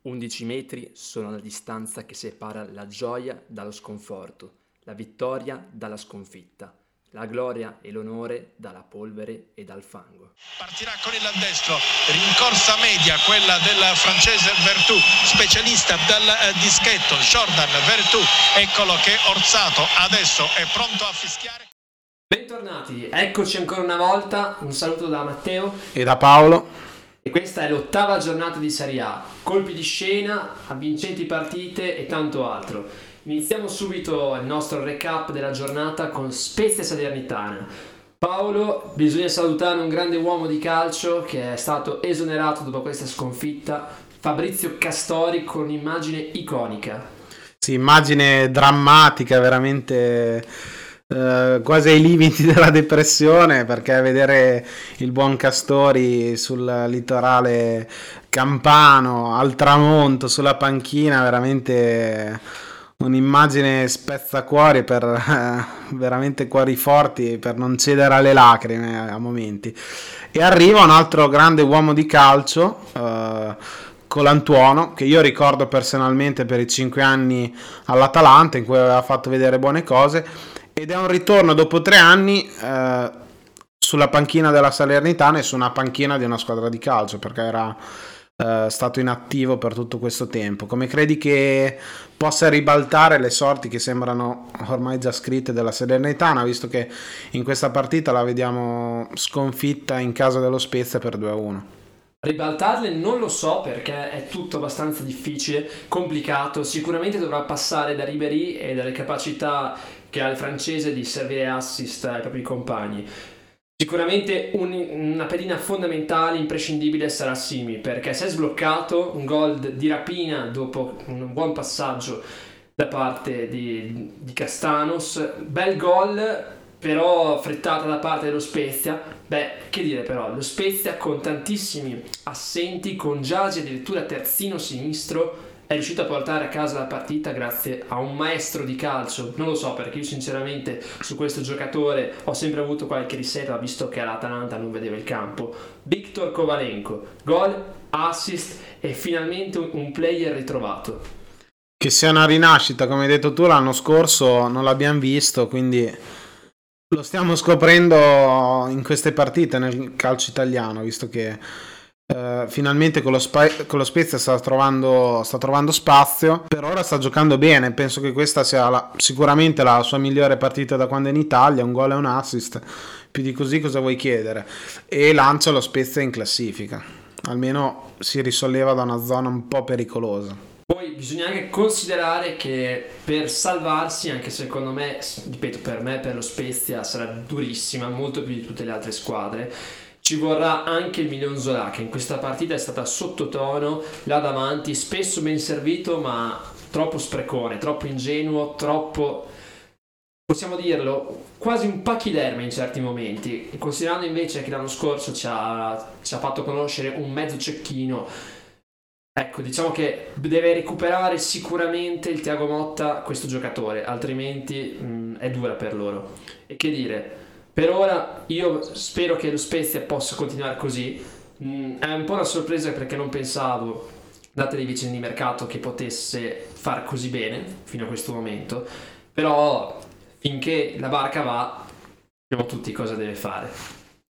11 metri sono la distanza che separa la gioia dallo sconforto, la vittoria dalla sconfitta, la gloria e l'onore dalla polvere e dal fango. Partirà con il destro, rincorsa media, quella del francese Vertou, specialista del dischetto, Jordan Vertou, eccolo che Orsato adesso è pronto a fischiare. Bentornati, eccoci ancora una volta, un saluto da Matteo e da Paolo. E questa è l'8ª giornata di Serie A, colpi di scena, avvincenti partite e tanto altro. Iniziamo subito il nostro recap della giornata con Spezia Salernitana. Paolo, bisogna salutare un grande uomo di calcio che è stato esonerato dopo questa sconfitta, Fabrizio Castori, con un'immagine iconica. Sì, immagine drammatica, veramente quasi ai limiti della depressione, perché vedere il buon Castori sul litorale campano, al tramonto, sulla panchina, veramente un'immagine spezzacuori per veramente cuori forti, per non cedere alle lacrime a momenti. E arriva un altro grande uomo di calcio, Colantuono, che io ricordo personalmente per i 5 anni all'Atalanta in cui aveva fatto vedere buone cose, ed è un ritorno dopo 3 anni sulla panchina della Salernitana e su una panchina di una squadra di calcio, perché era stato inattivo per tutto questo tempo. Come credi che possa ribaltare le sorti che sembrano ormai già scritte della Salernitana, visto che in questa partita la vediamo sconfitta in casa dello Spezia per 2-1? Ribaltarle non lo so, perché è tutto abbastanza difficile, complicato. Sicuramente dovrà passare da Ribéry e dalle capacità che ha il francese di servire assist ai propri compagni. Sicuramente una pedina fondamentale, imprescindibile, sarà Simi, perché si è sbloccato un gol di rapina dopo un buon passaggio da parte di Castanos. Bel gol, però frittata da parte dello Spezia. Beh, che dire, però, lo Spezia con tantissimi assenti, con Giagi addirittura terzino sinistro, è riuscito a portare a casa la partita grazie a un maestro di calcio. Non lo so, perché io sinceramente su questo giocatore ho sempre avuto qualche riserva, visto che all'Atalanta non vedeva il campo. Viktor Kovalenko, gol, assist e finalmente un player ritrovato. Che sia una rinascita, come hai detto tu, l'anno scorso non l'abbiamo visto, quindi lo stiamo scoprendo in queste partite nel calcio italiano, visto che finalmente con lo Spezia sta trovando spazio. Per ora sta giocando bene, penso che questa sia sicuramente la sua migliore partita da quando è in Italia, un gol e un assist, più di così cosa vuoi chiedere? E lancia lo Spezia in classifica, almeno si risolleva da una zona un po' pericolosa. Poi bisogna anche considerare che per salvarsi, anche secondo me, ripeto, per me, per lo Spezia sarà durissima, molto più di tutte le altre squadre, ci vorrà anche il Milion Zola, che in questa partita è stata sottotono là davanti, spesso ben servito ma troppo sprecone, troppo ingenuo, troppo, possiamo dirlo, quasi un pachiderme in certi momenti, considerando invece che l'anno scorso ci ha fatto conoscere un mezzo cecchino. Ecco, diciamo che deve recuperare sicuramente il Thiago Motta questo giocatore, altrimenti è dura per loro. E che dire, per ora io spero che lo Spezia possa continuare così. È un po' una sorpresa, perché non pensavo, date le vicende di mercato, che potesse far così bene fino a questo momento, però finché la barca va sappiamo tutti cosa deve fare.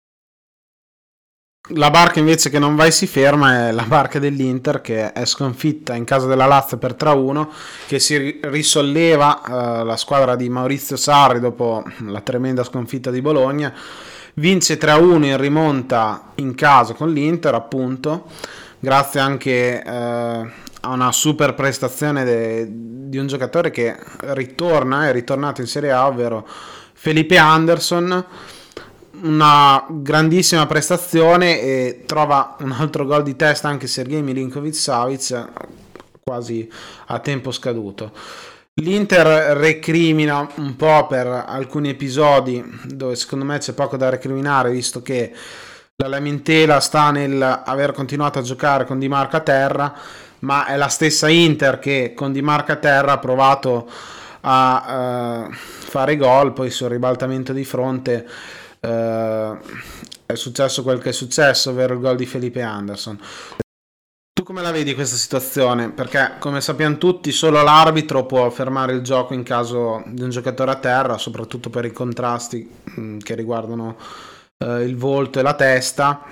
La barca invece che non va e si ferma è la barca dell'Inter, che è sconfitta in casa della Lazio per 3-1, che si risolleva la squadra di Maurizio Sarri dopo la tremenda sconfitta di Bologna, vince 3-1 in rimonta in casa con l'Inter, appunto, grazie anche a una super prestazione di un giocatore che è ritornato in Serie A, ovvero Felipe Anderson. Una grandissima prestazione, e trova un altro gol di testa anche Sergej Milinkovic-Savic quasi a tempo scaduto. L'Inter recrimina un po' per alcuni episodi dove secondo me c'è poco da recriminare, visto che la lamentela sta nel aver continuato a giocare con Di Marco a terra, ma è la stessa Inter che con Di Marco a terra ha provato a fare gol, poi sul ribaltamento di fronte è successo quel che è successo, ovvero il gol di Felipe Anderson. Tu come la vedi questa situazione? Perché come sappiamo tutti solo l'arbitro può fermare il gioco in caso di un giocatore a terra, soprattutto per i contrasti che riguardano il volto e la testa.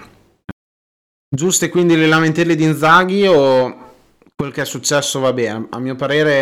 Giuste quindi le lamentele di Inzaghi o quel che è successo va bene? A mio parere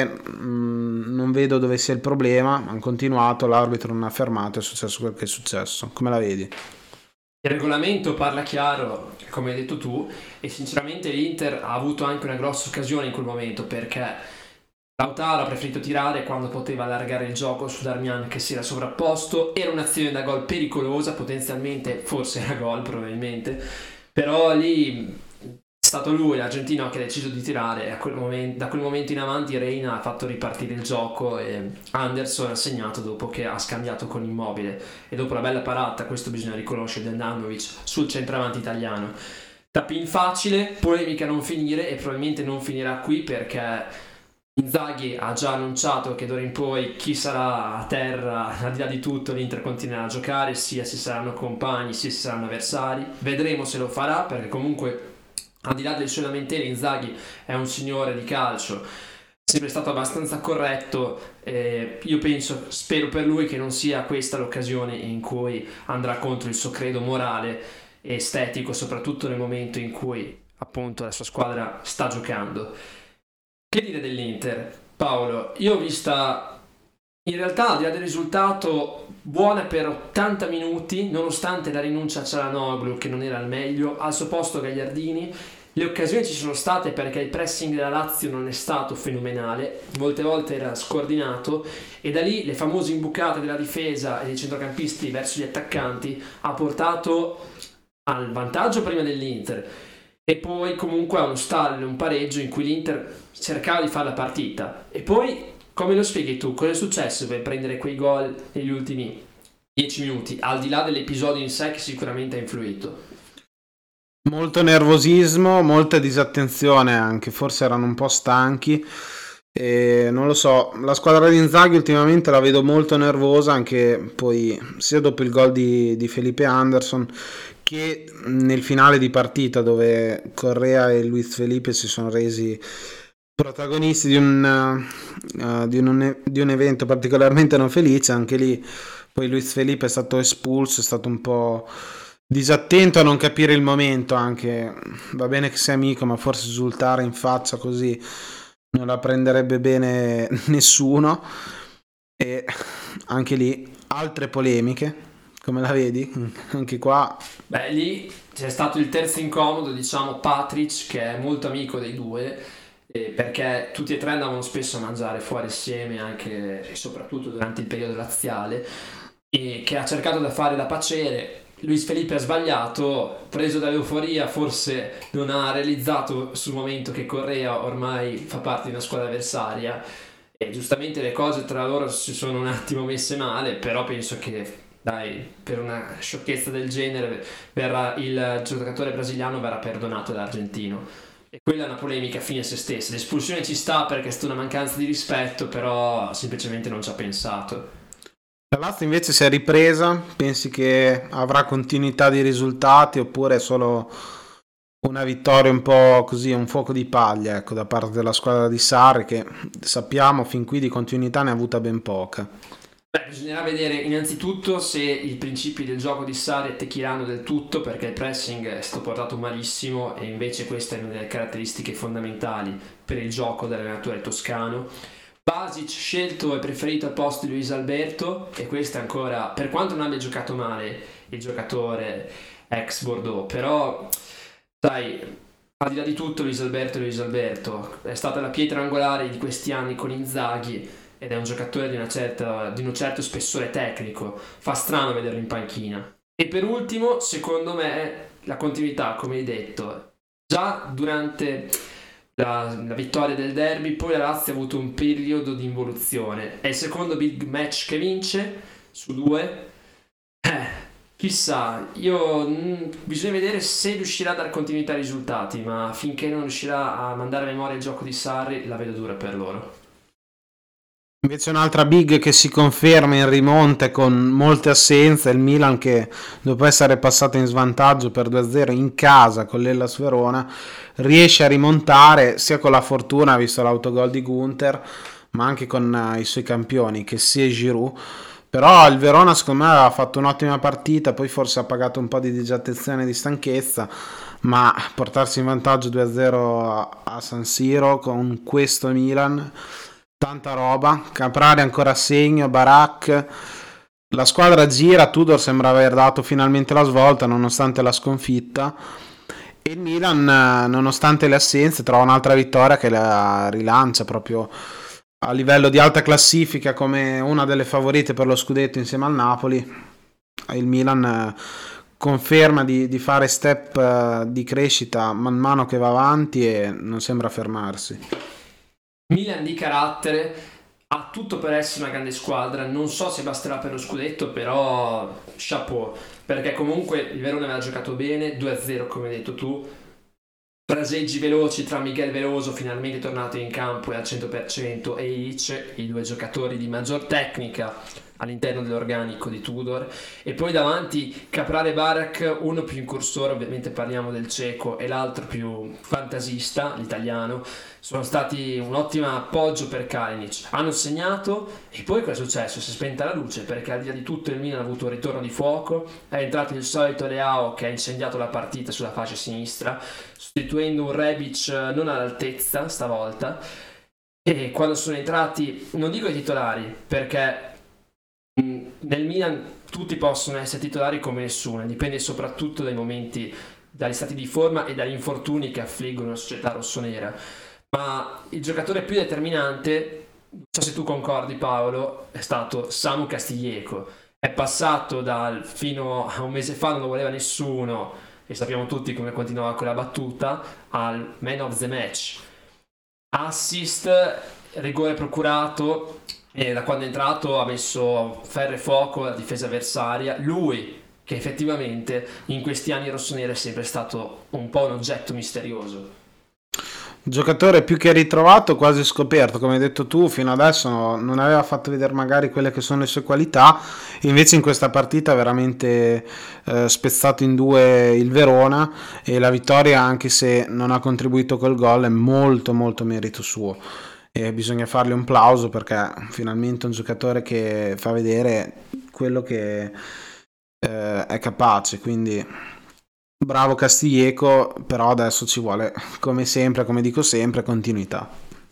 non vedo dove sia il problema, hanno continuato, l'arbitro non ha fermato, è successo quel che è successo. Come la vedi? Il regolamento parla chiaro, come hai detto tu, e sinceramente l'Inter ha avuto anche una grossa occasione in quel momento, perché Lautaro ha preferito tirare quando poteva allargare il gioco su Darmian che si era sovrapposto. Era un'azione da gol pericolosa, potenzialmente forse era gol probabilmente, però lì è stato lui, l'argentino, che ha deciso di tirare, e da quel momento in avanti Reina ha fatto ripartire il gioco e Anderson ha segnato dopo che ha scambiato con Immobile, e dopo la bella parata, questo bisogna riconoscere, di Handanovic sul centravanti italiano. Tapin facile, polemica a non finire, e probabilmente non finirà qui, perché Inzaghi ha già annunciato che d'ora in poi chi sarà a terra, al di là di tutto, l'Inter continuerà a giocare, sia se saranno compagni sia se saranno avversari. Vedremo se lo farà, perché comunque al di là delle sue lamentele Inzaghi è un signore di calcio, sempre stato abbastanza corretto. Io spero per lui che non sia questa l'occasione in cui andrà contro il suo credo morale e estetico, soprattutto nel momento in cui appunto la sua squadra sta giocando. Che dire dell'Inter, Paolo? Io ho vista, in realtà, al di là del risultato, buona per 80 minuti, nonostante la rinuncia a Çalhanoğlu, che non era al meglio, al suo posto Gagliardini. Le occasioni ci sono state, perché il pressing della Lazio non è stato fenomenale, molte volte era scordinato, e da lì le famose imbucate della difesa e dei centrocampisti verso gli attaccanti ha portato al vantaggio prima dell'Inter, e poi comunque a uno stallo, un pareggio in cui l'Inter cercava di fare la partita. E poi, come lo spieghi tu, cosa è successo per prendere quei gol negli ultimi 10 minuti, al di là dell'episodio in sé che sicuramente ha influito? Molto nervosismo, molta disattenzione anche, forse erano un po' stanchi. E non lo so, la squadra di Inzaghi ultimamente la vedo molto nervosa, anche poi sia dopo il gol di Felipe Anderson che nel finale di partita, dove Correa e Luis Felipe si sono resi protagonisti di un evento particolarmente non felice. Anche lì poi Luis Felipe è stato espulso, è stato un po' disattento a non capire il momento. Anche va bene che sei amico, ma forse esultare in faccia così non la prenderebbe bene nessuno. E anche lì altre polemiche, come la vedi? Anche qua Beh, lì c'è stato il terzo incomodo, diciamo, Patric, che è molto amico dei due, perché tutti e tre andavano spesso a mangiare fuori assieme, anche e soprattutto durante il periodo laziale, e che ha cercato di fare da paciere. Luis Felipe ha sbagliato, preso dall'euforia, forse non ha realizzato sul momento che Correa ormai fa parte di una squadra avversaria, e giustamente le cose tra loro si sono un attimo messe male. Però penso che, dai, per una sciocchezza del genere il giocatore brasiliano verrà perdonato dall'argentino, e quella è una polemica fine a se stessa. L'espulsione ci sta perché è stata una mancanza di rispetto, però semplicemente non ci ha pensato. la Lazio invece si è ripresa. Pensi che avrà continuità di risultati oppure è solo una vittoria un po' così, un fuoco di paglia, ecco, da parte della squadra di Sarri, che sappiamo fin qui di continuità ne ha avuta ben poca? Beh, bisognerà vedere innanzitutto se i principi del gioco di Sarri attecchiranno del tutto, perché il pressing è stato portato malissimo, e invece questa è una delle caratteristiche fondamentali per il gioco dell'allenatore toscano. Basic scelto e preferito al posto di Luis Alberto, e questo è ancora, per quanto non abbia giocato male il giocatore ex Bordeaux, però sai, al di là di tutto Luis Alberto è stata la pietra angolare di questi anni con Inzaghi, ed è un giocatore di un certo spessore tecnico. Fa strano vederlo in panchina. E per ultimo, secondo me, la continuità, come hai detto, già durante la vittoria del derby, poi la Lazio ha avuto un periodo di involuzione. È il secondo big match che vince su 2. Chissà, bisogna vedere se riuscirà a dare continuità ai risultati, ma finché non riuscirà a mandare a memoria il gioco di Sarri, la vedo dura per loro. Invece un'altra big che si conferma in rimonte con molte assenze è il Milan, che dopo essere passato in svantaggio per 2-0 in casa con l'Hellas Verona riesce a rimontare sia con la fortuna, visto l'autogol di Gunther, ma anche con i suoi campioni, che sia Giroud. Però il Verona secondo me aveva fatto un'ottima partita, poi forse ha pagato un po' di disattenzione e di stanchezza, ma portarsi in vantaggio 2-0 a San Siro con questo Milan, tanta roba. Caprari ancora a segno, Barak, la squadra gira, Tudor sembra aver dato finalmente la svolta nonostante la sconfitta, e il Milan, nonostante le assenze, trova un'altra vittoria che la rilancia proprio a livello di alta classifica come una delle favorite per lo scudetto insieme al Napoli. Il Milan conferma di fare step di crescita man mano che va avanti e non sembra fermarsi. Milan di carattere, ha tutto per essere una grande squadra, non so se basterà per lo scudetto, però chapeau, perché comunque il Verona aveva giocato bene, 2-0 come hai detto tu, fraseggi veloci tra Miguel Veloso, finalmente tornato in campo e al 100%, e Illich, i due giocatori di maggior tecnica all'interno dell'organico di Tudor, e poi davanti Caprari e Barak, uno più incursore, ovviamente parliamo del ceco, e l'altro più fantasista, l'italiano. Sono stati un ottimo appoggio per Kalinic, hanno segnato, e poi cosa è successo? Si è spenta la luce, perché al di là di tutto il Milan ha avuto un ritorno di fuoco, è entrato il solito Leao che ha incendiato la partita sulla fascia sinistra, sostituendo un Rebic non all'altezza stavolta, e quando sono entrati, non dico i titolari, perché nel Milan tutti possono essere titolari come nessuno, dipende soprattutto dai momenti, dagli stati di forma e dagli infortuni che affliggono la società rossonera, ma il giocatore più determinante, non so se tu concordi Paolo, è stato Samu Castillejo. È passato fino a un mese fa non lo voleva nessuno e sappiamo tutti come continuava quella battuta, al man of the match, assist, rigore procurato, e da quando è entrato ha messo ferro e fuoco alla difesa avversaria. Lui che effettivamente in questi anni rossoneri è sempre stato un po' un oggetto misterioso. Giocatore più che ritrovato, quasi scoperto, come hai detto tu, fino adesso non aveva fatto vedere magari quelle che sono le sue qualità, invece in questa partita ha veramente spezzato in due il Verona, e la vittoria, anche se non ha contribuito col gol, è molto molto merito suo, e bisogna fargli un plauso perché finalmente un giocatore che fa vedere quello che è capace, quindi bravo Castillejo, però adesso ci vuole, come sempre, come dico sempre, continuità.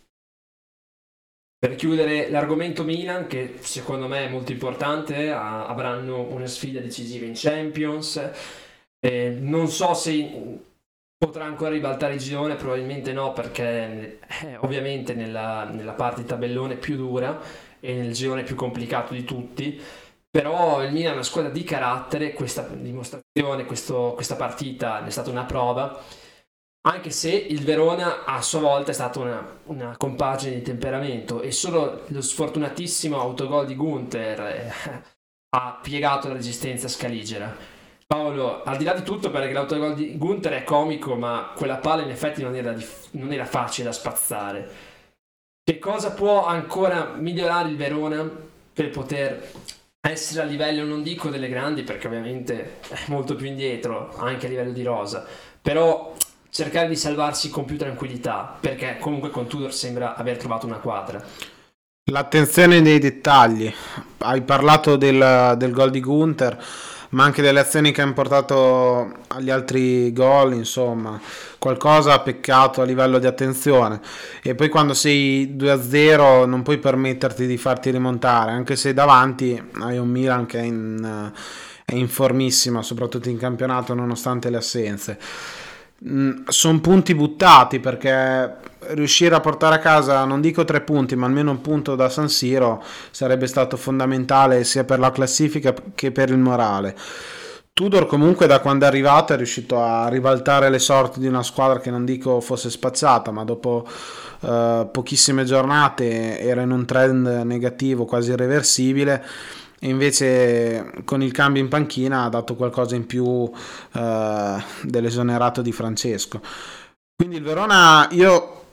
Per chiudere l'argomento Milan, che secondo me è molto importante, avranno una sfida decisiva in Champions, non so se potrà ancora ribaltare il girone, probabilmente no, perché ovviamente nella parte di tabellone più dura e nel girone più complicato di tutti. Però il Milan è una squadra di carattere, questa dimostrazione, questa partita è stata una prova, anche se il Verona a sua volta è stata una compagine di temperamento, e solo lo sfortunatissimo autogol di Gunther ha piegato la resistenza scaligera. Paolo, al di là di tutto, perché l'autogol di Gunther è comico, ma quella palla in effetti non era facile da spazzare. Che cosa può ancora migliorare il Verona per poter essere a livello, non dico delle grandi, perché ovviamente è molto più indietro anche a livello di rosa, però cercare di salvarsi con più tranquillità, perché comunque con Tudor sembra aver trovato una quadra. L'attenzione nei dettagli, hai parlato del gol di Gunther, ma anche delle azioni che hanno portato agli altri gol, insomma, qualcosa ha peccato a livello di attenzione. E poi quando sei 2-0 non puoi permetterti di farti rimontare, anche se davanti hai un Milan che è in formissima, soprattutto in campionato, nonostante le assenze. Sono punti buttati, perché riuscire a portare a casa, non dico 3 punti, ma almeno un punto da San Siro sarebbe stato fondamentale sia per la classifica che per il morale. Tudor comunque da quando è arrivato è riuscito a ribaltare le sorti di una squadra che non dico fosse spacciata, ma dopo pochissime giornate era in un trend negativo quasi irreversibile, e invece con il cambio in panchina ha dato qualcosa in più dell'esonerato di Francesco. Quindi il Verona, io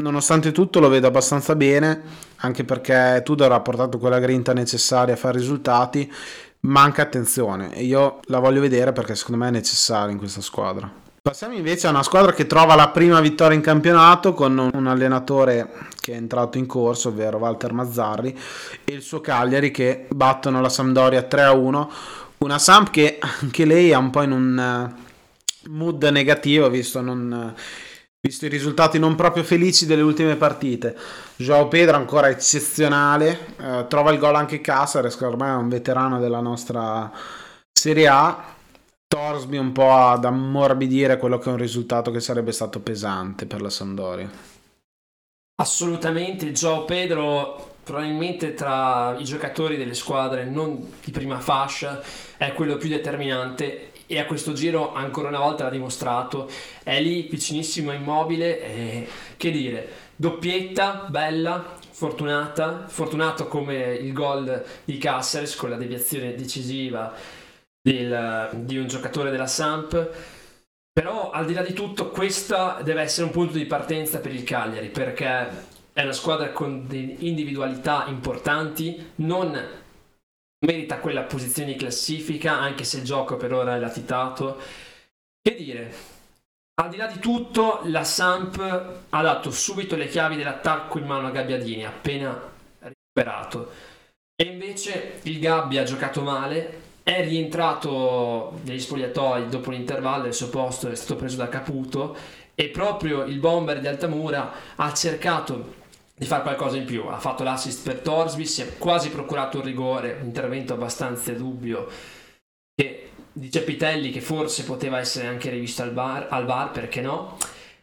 nonostante tutto lo vedo abbastanza bene, anche perché Tudor ha portato quella grinta necessaria a fare risultati. Manca attenzione e io la voglio vedere perché secondo me è necessario in questa squadra. Passiamo invece a una squadra che trova la prima vittoria in campionato con un allenatore che è entrato in corso, ovvero Walter Mazzarri, e il suo Cagliari che battono la Sampdoria 3-1. Una Samp che anche lei è un po' in un mood negativo, visto i risultati non proprio felici delle ultime partite. João Pedro ancora eccezionale, trova il gol anche Cáceres, che ormai è un veterano della nostra Serie A. Torsby un po' ad ammorbidire quello che è un risultato che sarebbe stato pesante per la Sampdoria. Assolutamente, João Pedro probabilmente tra i giocatori delle squadre non di prima fascia è quello più determinante, e a questo giro ancora una volta l'ha dimostrato. È lì vicinissimo, immobile, e che dire, doppietta bella, fortunato come il gol di Cáceres con la deviazione decisiva di un giocatore della Samp. Però al di là di tutto, questa deve essere un punto di partenza per il Cagliari, perché è una squadra con delle individualità importanti, non merita quella posizione di classifica, anche se il gioco per ora è latitato. Che dire, al di là di tutto, la Samp ha dato subito le chiavi dell'attacco in mano a Gabbiadini appena recuperato, e invece il Gabbia ha giocato male. È rientrato negli spogliatoi dopo l'intervallo, il suo posto è stato preso da Caputo, e proprio il bomber di Altamura ha cercato di fare qualcosa in più. Ha fatto l'assist per Torsby, si è quasi procurato un rigore, un intervento abbastanza dubbio, che dice Pitelli che forse poteva essere anche rivisto al VAR, perché no?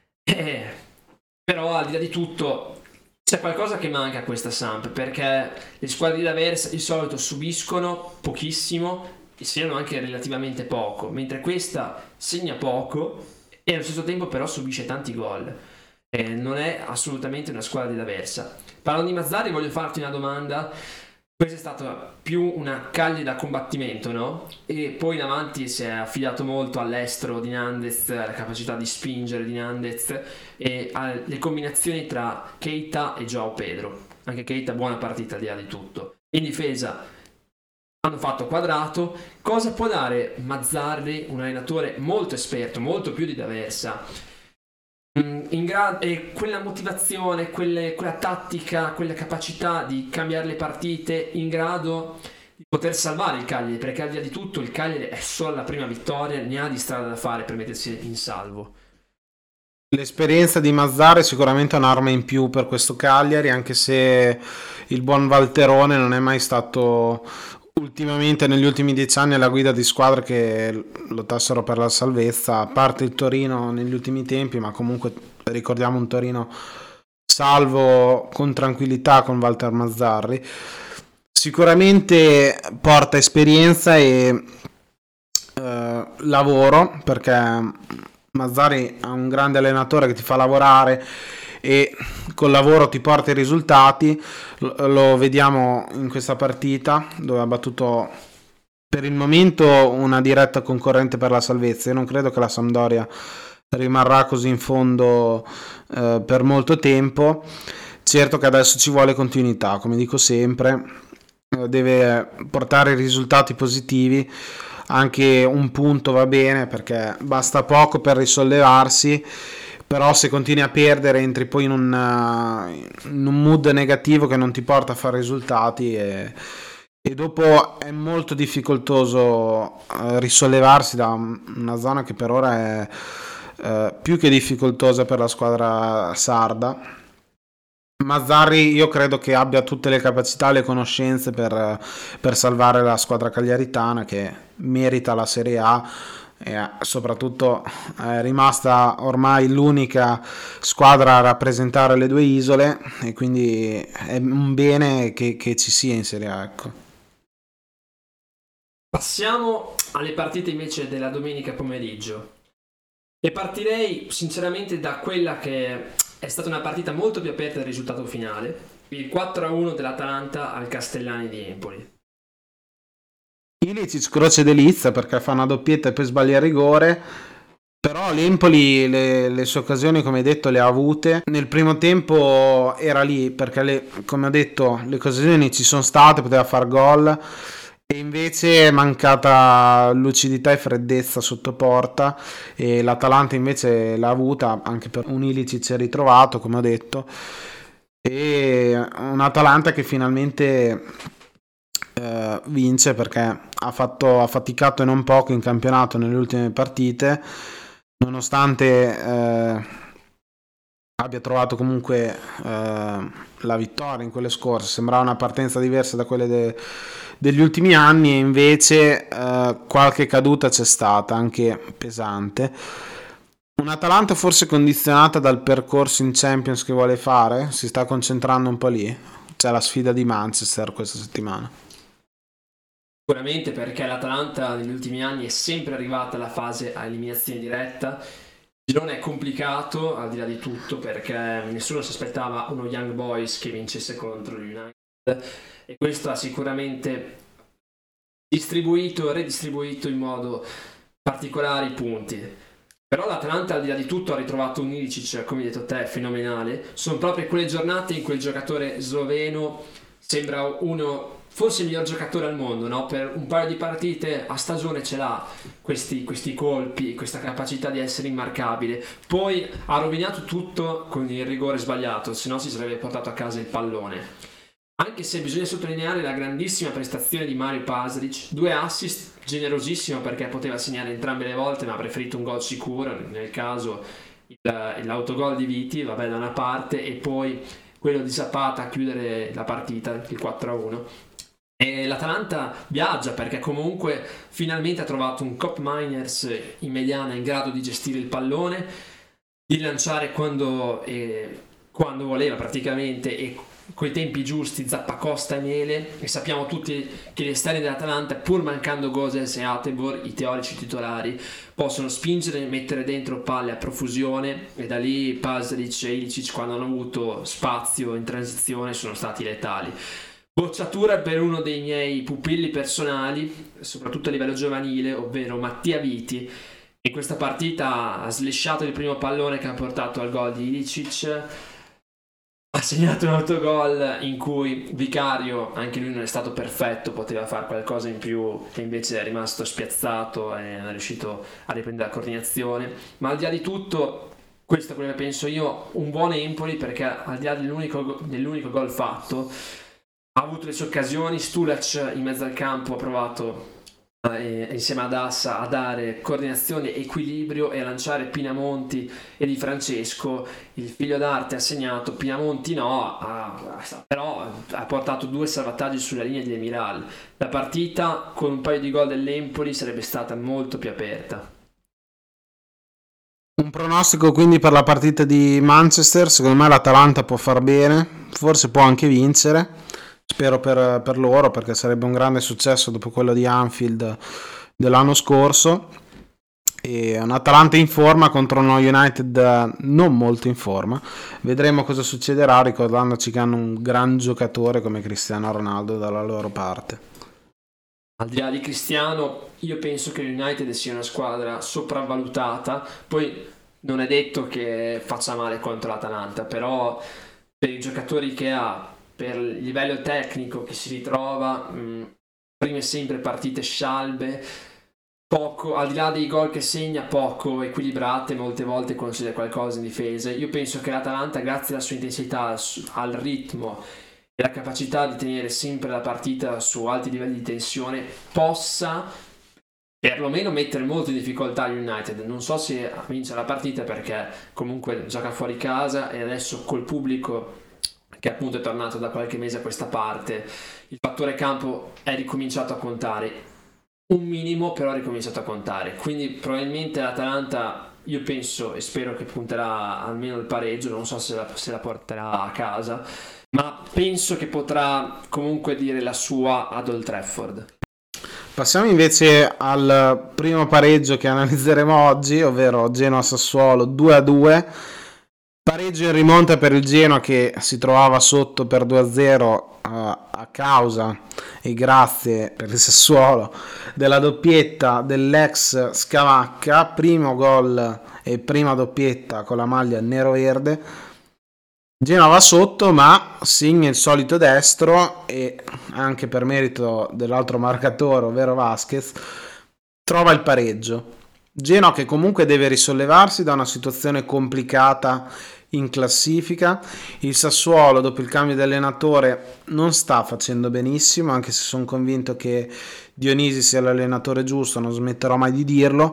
Però al di là di tutto c'è qualcosa che manca a questa Samp, perché le squadre di D'Aversa di solito subiscono pochissimo e segnano anche relativamente poco, mentre questa segna poco e allo stesso tempo però subisce tanti gol. Non è assolutamente una squadra di D'Aversa. Parlando di Mazzarri, voglio farti una domanda. Questa è stata più una Cagliari da combattimento, no? E poi in avanti si è affidato molto all'estero di Nandez, alla capacità di spingere di Nandez e alle combinazioni tra Keita e João Pedro. Anche Keita buona partita al di là di tutto. In difesa hanno fatto quadrato. Cosa può dare Mazzarri, un allenatore molto esperto, molto più di D'Aversa, e quella motivazione, quella tattica, quella capacità di cambiare le partite, in grado di poter salvare il Cagliari, perché al di là di tutto il Cagliari è solo la prima vittoria, ne ha di strada da fare per mettersi in salvo. L'esperienza di Mazzarri è sicuramente un'arma in più per questo Cagliari, anche se il buon Valterone non è mai stato ultimamente, negli ultimi 10 anni, alla guida di squadre che lottassero per la salvezza, a parte il Torino negli ultimi tempi, ma comunque ricordiamo un Torino salvo con tranquillità con Walter Mazzarri. Sicuramente porta esperienza e lavoro, perché Mazzarri è un grande allenatore che ti fa lavorare e col lavoro ti porta i risultati. Lo vediamo in questa partita dove ha battuto per il momento una diretta concorrente per la salvezza. Io non credo che la Sampdoria rimarrà così in fondo per molto tempo. Certo che adesso ci vuole continuità, come dico sempre, deve portare risultati positivi. Anche un punto va bene, perché basta poco per risollevarsi, però se continui a perdere entri poi in un mood negativo che non ti porta a fare risultati e dopo è molto difficoltoso risollevarsi da una zona che per ora è più che difficoltosa per la squadra sarda. Mazzarri io credo che abbia tutte le capacità e le conoscenze per salvare la squadra cagliaritana, che merita la Serie A e soprattutto è rimasta ormai l'unica squadra a rappresentare le due isole, e quindi è un bene che ci sia in Serie A, ecco. Passiamo alle partite invece della domenica pomeriggio, e partirei sinceramente da quella che è stata una partita molto più aperta del risultato finale, il 4-1 dell'Atalanta al Castellani di Empoli. Ilicic croce delizia perché fa una doppietta e poi sbaglia il rigore, Però l'Empoli le sue occasioni, come hai detto, le ha avute. Nel primo tempo era lì perché, come ho detto, le occasioni ci sono state, poteva far gol, e invece è mancata lucidità e freddezza sotto porta, e l'Atalanta invece l'ha avuta, anche per un Ilicic ritrovato, come ho detto, e un Atalanta che finalmente vince, perché ha faticato e non poco in campionato nelle ultime partite, nonostante abbia trovato comunque la vittoria in quelle scorse. Sembrava una partenza diversa da quelle degli ultimi anni, e invece qualche caduta c'è stata, anche pesante. Un'Atalanta forse condizionata dal percorso in Champions che vuole fare, si sta concentrando un po' lì. C'è la sfida di Manchester questa settimana. Sicuramente, perché l'Atalanta negli ultimi anni è sempre arrivata alla fase a eliminazione diretta. Il girone è complicato al di là di tutto, perché nessuno si aspettava uno Young Boys che vincesse contro l'United, e questo ha sicuramente distribuito e redistribuito in modo particolare i punti. Però l'Atalanta al di là di tutto ha ritrovato un Ilicic, come hai detto te, fenomenale. Sono proprio quelle giornate in cui il giocatore sloveno sembra uno, forse il miglior giocatore al mondo, no? Per un paio di partite a stagione ce l'ha questi colpi, questa capacità di essere immarcabile. Poi ha rovinato tutto con il rigore sbagliato, se no si sarebbe portato a casa il pallone. Anche se bisogna sottolineare la grandissima prestazione di Mario Pasalic, 2 assist, generosissimo perché poteva segnare entrambe le volte, ma ha preferito un gol sicuro, nel caso l'autogol di Viti, vabbè, da una parte, e poi quello di Zapata a chiudere la partita, il 4-1. E l'Atalanta viaggia perché comunque finalmente ha trovato un Cop Miners in mediana in grado di gestire il pallone, di lanciare quando voleva praticamente, e coi tempi giusti, Zappacosta e Mele. E sappiamo tutti che gli esterni dell'Atalanta, pur mancando Gozes e Atebor, i teorici titolari, possono spingere e mettere dentro palle a profusione, e da lì Pasalic e Ilicic, quando hanno avuto spazio in transizione, sono stati letali. Bocciatura per uno dei miei pupilli personali, soprattutto a livello giovanile, ovvero Mattia Viti. In questa partita ha slisciato il primo pallone che ha portato al gol di Ilicic, ha segnato un autogol in cui Vicario, anche lui non è stato perfetto, poteva fare qualcosa in più, e invece è rimasto spiazzato e non è riuscito a riprendere la coordinazione. Ma al di là di tutto, questo è quello che penso io, un buon Empoli, perché al di là dell'unico gol fatto ha avuto le sue occasioni. Stulac in mezzo al campo ha provato insieme ad Assa a dare coordinazione, equilibrio e a lanciare Pinamonti e Di Francesco. Il figlio d'arte ha segnato, Pinamonti no, però ha portato 2 salvataggi sulla linea di Demiral. La partita con un paio di gol dell'Empoli sarebbe stata molto più aperta. Un pronostico quindi per la partita di Manchester: secondo me l'Atalanta può far bene, forse può anche vincere. Spero per loro, perché sarebbe un grande successo dopo quello di Anfield dell'anno scorso. E un Atalanta in forma contro uno United non molto in forma. Vedremo cosa succederà, ricordandoci che hanno un gran giocatore come Cristiano Ronaldo dalla loro parte. Al di là di Cristiano, io penso che l'United sia una squadra sopravvalutata. Poi non è detto che faccia male contro l'Atalanta, però per i giocatori che ha, per il livello tecnico che si ritrova, prime sempre partite scialbe, poco, al di là dei gol che segna, poco equilibrate, molte volte concede qualcosa in difesa. Io penso che l'Atalanta, grazie alla sua intensità, al ritmo e alla capacità di tenere sempre la partita su alti livelli di tensione, possa perlomeno mettere molto in difficoltà l'United. Non so se vince la partita, perché comunque gioca fuori casa, e adesso col pubblico che appunto è tornato da qualche mese a questa parte, il fattore campo è ricominciato a contare un minimo, però è ricominciato a contare. Quindi probabilmente l'Atalanta, io penso e spero che punterà almeno il pareggio, non so se la porterà a casa, ma penso che potrà comunque dire la sua ad Old Trafford. Passiamo invece al primo pareggio che analizzeremo oggi, ovvero Genoa-Sassuolo 2-2. Pareggio in rimonta per il Genoa, che si trovava sotto per 2-0 a causa e grazie per il Sassuolo della doppietta dell'ex Scamacca, primo gol e prima doppietta con la maglia nero-verde. Genoa va sotto, ma segna il solito destro e anche per merito dell'altro marcatore, ovvero Vasquez, trova il pareggio. Genoa che comunque deve risollevarsi da una situazione complicata in classifica. Il Sassuolo, dopo il cambio di allenatore, non sta facendo benissimo, anche se sono convinto che Dionisi sia l'allenatore giusto, non smetterò mai di dirlo,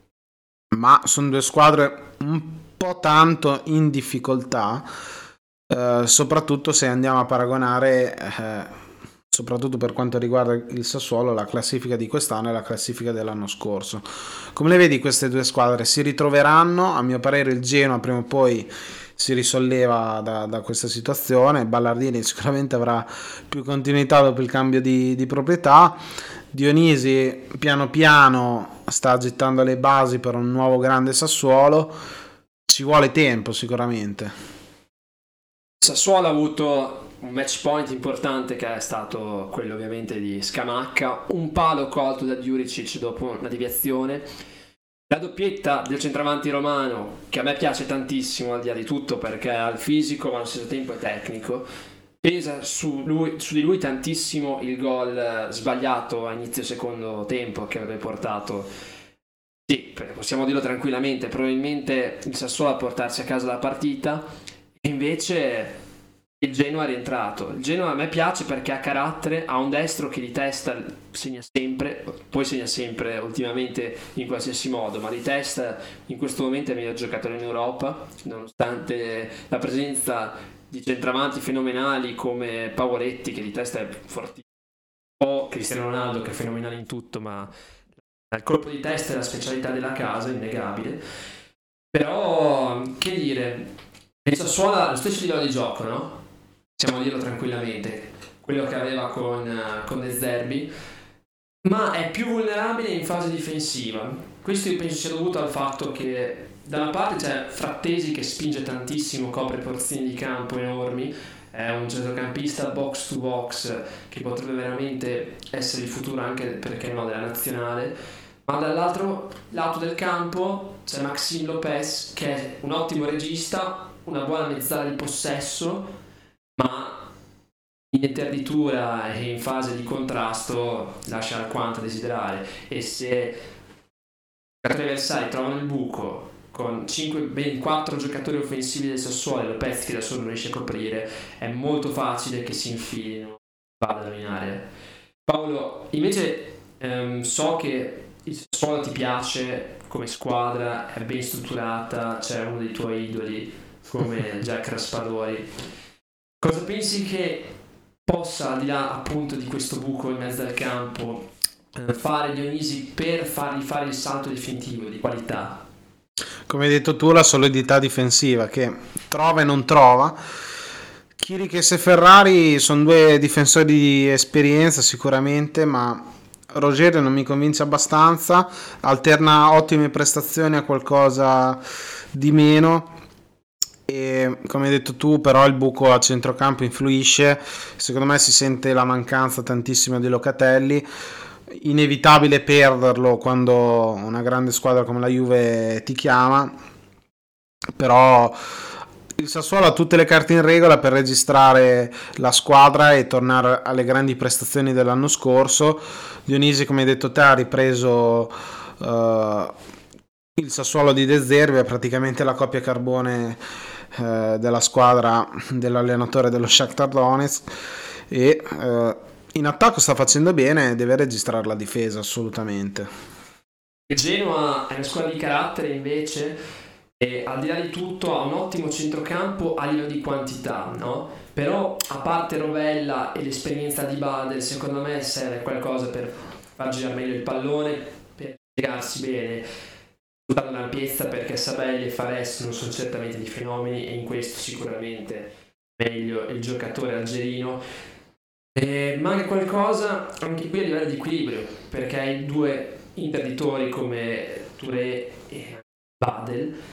ma sono due squadre un po' tanto in difficoltà, soprattutto se andiamo a paragonare, soprattutto per quanto riguarda il Sassuolo, la classifica di quest'anno e la classifica dell'anno scorso. Come le vedi queste due squadre? Si ritroveranno? A mio parere il Genoa prima o poi si risolleva da questa situazione, Ballardini sicuramente avrà più continuità dopo il cambio di proprietà, Dionisi piano piano sta gettando le basi per un nuovo grande Sassuolo, ci vuole tempo sicuramente. Sassuolo ha avuto un match point importante che è stato quello ovviamente di Scamacca, un palo colto da Djuricic dopo una deviazione, la doppietta del centravanti romano che a me piace tantissimo al di là di tutto perché ha il fisico ma allo stesso tempo è tecnico, pesa su di lui tantissimo il gol sbagliato a inizio secondo tempo che avrebbe portato, sì, possiamo dirlo tranquillamente, probabilmente il Sassuolo a portarsi a casa la partita, e invece il Genoa è rientrato. Il Genoa a me piace perché ha carattere, ha un destro che di testa segna sempre, poi segna sempre ultimamente in qualsiasi modo, ma di testa in questo momento è il miglior giocatore in Europa, nonostante la presenza di centravanti fenomenali come Pavoletti che di testa è fortissimo, o Cristiano Ronaldo che è fenomenale in tutto, ma il colpo di testa è la specialità della casa, innegabile. Però che dire, il Sassuolo ha lo stesso livello di gioco, no? Possiamo dirlo tranquillamente, quello che aveva con De Zerbi, ma è più vulnerabile in fase difensiva. Questo io penso sia dovuto al fatto che da una parte c'è Frattesi che spinge tantissimo, copre porzioni di campo enormi, è un centrocampista box to box che potrebbe veramente essere il futuro anche, perché no, della nazionale, ma dall'altro lato del campo c'è Maxime Lopez che è un ottimo regista, una buona mezzala di possesso, ma in interditura e in fase di contrasto lascia alquanto a desiderare, e se i giocatori avversari trovano il buco con 4 giocatori offensivi del Sassuolo e Lopez che da solo non riesce a coprire, è molto facile che si infilino, vada a dominare. Paolo, invece so che il Sassuolo ti piace come squadra, è ben strutturata, c'è uno dei tuoi idoli come Jack Raspadori. Cosa pensi che possa, al di là appunto di questo buco in mezzo al campo, fare Dionisi per fargli fare il salto definitivo di qualità? Come hai detto tu, la solidità difensiva che trova e non trova. Chiriches e Ferrari sono due difensori di esperienza sicuramente, ma Rogerio non mi convince abbastanza, alterna ottime prestazioni a qualcosa di meno. E come hai detto tu, però il buco a centrocampo influisce, secondo me si sente la mancanza tantissimo di Locatelli, inevitabile perderlo quando una grande squadra come la Juve ti chiama, però il Sassuolo ha tutte le carte in regola per registrare la squadra e tornare alle grandi prestazioni dell'anno scorso. Dionisi, come hai detto te, ha ripreso il Sassuolo di De Zerbi, è praticamente la coppia carbone della squadra dell'allenatore dello Shakhtar Donetsk, e in attacco sta facendo bene, deve registrare la difesa assolutamente. Il Genoa è una squadra di carattere invece, e al di là di tutto ha un ottimo centrocampo a livello di quantità, no? Però a parte Rovella e l'esperienza di Badel, secondo me serve qualcosa per far girare meglio il pallone, per spiegarsi bene, la l'ampiezza, perché Sabelli e Fares non sono certamente dei fenomeni, e in questo sicuramente meglio il giocatore algerino. Manca qualcosa anche qui a livello di equilibrio, perché hai due interditori come Touré e Badel,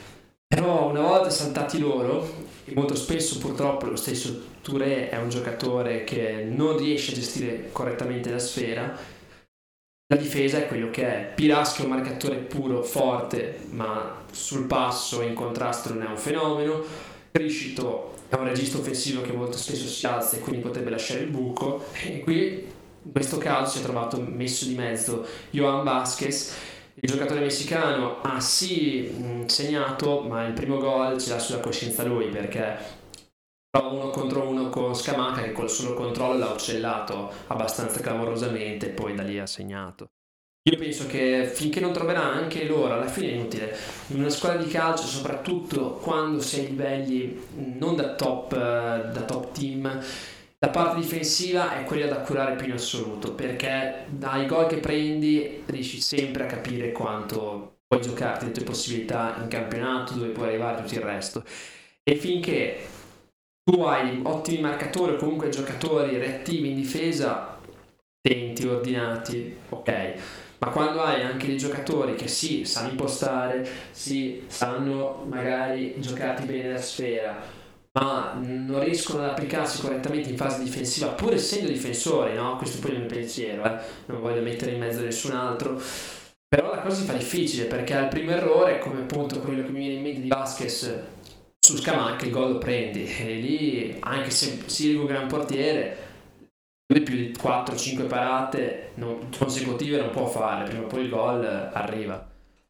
Però una volta saltati loro, e molto spesso purtroppo lo stesso Touré è un giocatore che non riesce a gestire correttamente la sfera, la difesa è quello che è. Piras che è un marcatore puro, forte, ma sul passo in contrasto non è un fenomeno. Criscito è un regista offensivo che molto spesso si alza e quindi potrebbe lasciare il buco, e qui in questo caso si è trovato messo di mezzo Johan Vázquez, il giocatore messicano ha segnato, ma il primo gol ce l'ha sulla coscienza lui, perché prova 1 contro 1 con Scamacca che col solo controllo l'ha uccellato abbastanza clamorosamente e poi da lì ha segnato. Io penso che finché non troverà anche loro, alla fine è inutile. In una squadra di calcio, soprattutto quando sei a livelli non da top team, la parte difensiva è quella da curare più in assoluto, perché dai gol che prendi riesci sempre a capire quanto puoi giocarti le tue possibilità in campionato, dove puoi arrivare, tutto il resto. E finché tu hai ottimi marcatori o comunque giocatori reattivi in difesa, attenti, ordinati, ok. Ma quando hai anche dei giocatori che sì, sanno impostare, sì, sanno magari giocarti bene la sfera, ma non riescono ad applicarsi correttamente in fase difensiva, pur essendo difensori, no? Questo poi è il mio pensiero, non voglio mettere in mezzo nessun altro, però la cosa si fa difficile, perché al primo errore, come appunto quello che mi viene in mente di Vázquez su Scamacca, il gol lo prendi, e lì, anche se Sirigu è un gran portiere, più di 4-5 parate consecutive non può fare, prima o poi il gol arriva.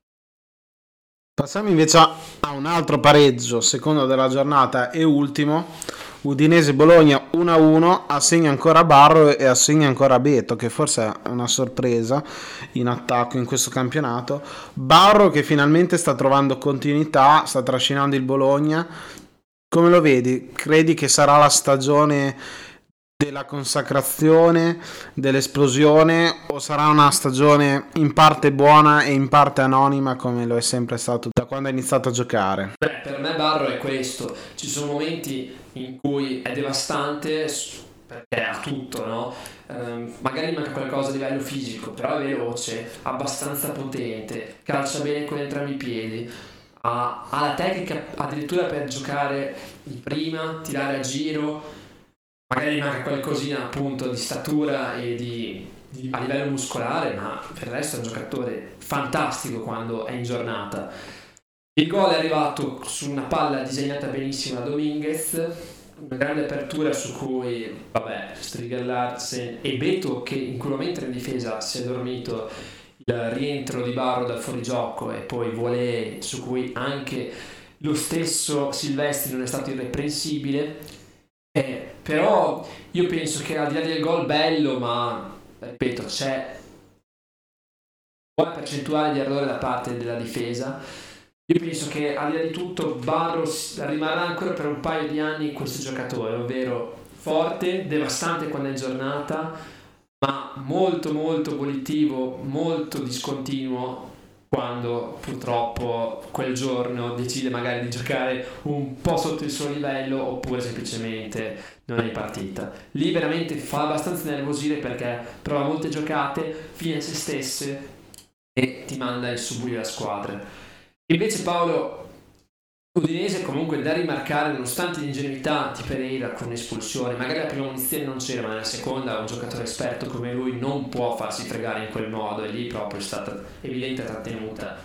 Passiamo invece a un altro pareggio, secondo della giornata e ultimo. Udinese-Bologna 1-1, assegna ancora Barro e assegna ancora Beto, che forse è una sorpresa in attacco in questo campionato. Barro che finalmente sta trovando continuità, sta trascinando il Bologna. Come lo vedi? Credi che sarà la stagione della consacrazione, dell'esplosione, o sarà una stagione in parte buona e in parte anonima come lo è sempre stato da quando ha iniziato a giocare? Beh, per me Barro è questo, ci sono momenti in cui è devastante perché ha tutto, no? Magari manca qualcosa a livello fisico, però è veloce, abbastanza potente, calcia bene con entrambi i piedi, ha la tecnica addirittura per giocare di prima, tirare a giro. Magari manca qualcosina appunto di statura e a livello muscolare, ma per il resto è un giocatore fantastico quando è in giornata. Il gol è arrivato su una palla disegnata benissimo da Dominguez, una grande apertura su cui, Striger Larsen e Beto, che in quel momento in difesa si è dormito, il rientro di Barro dal fuorigioco e poi volée su cui anche lo stesso Silvestri non è stato irreprensibile. Però io penso che al di là del gol bello, ma ripeto, c'è una buona percentuale di errore da parte della difesa. Io penso che al di là di tutto Barro rimarrà ancora per un paio di anni questo giocatore, ovvero forte, devastante quando è in giornata, ma molto molto volitivo, molto discontinuo quando purtroppo quel giorno decide magari di giocare un po' sotto il suo livello oppure semplicemente non è in partita. Lì veramente fa abbastanza nervosire perché prova molte giocate, fine a se stesse e ti manda in subbuglio la squadra. Invece Paolo, Udinese comunque da rimarcare, nonostante l'ingenuità di Pereira con un'espulsione, magari la prima munizione non c'era, ma nella seconda un giocatore esperto come lui non può farsi fregare in quel modo, e lì proprio è stata evidente trattenuta,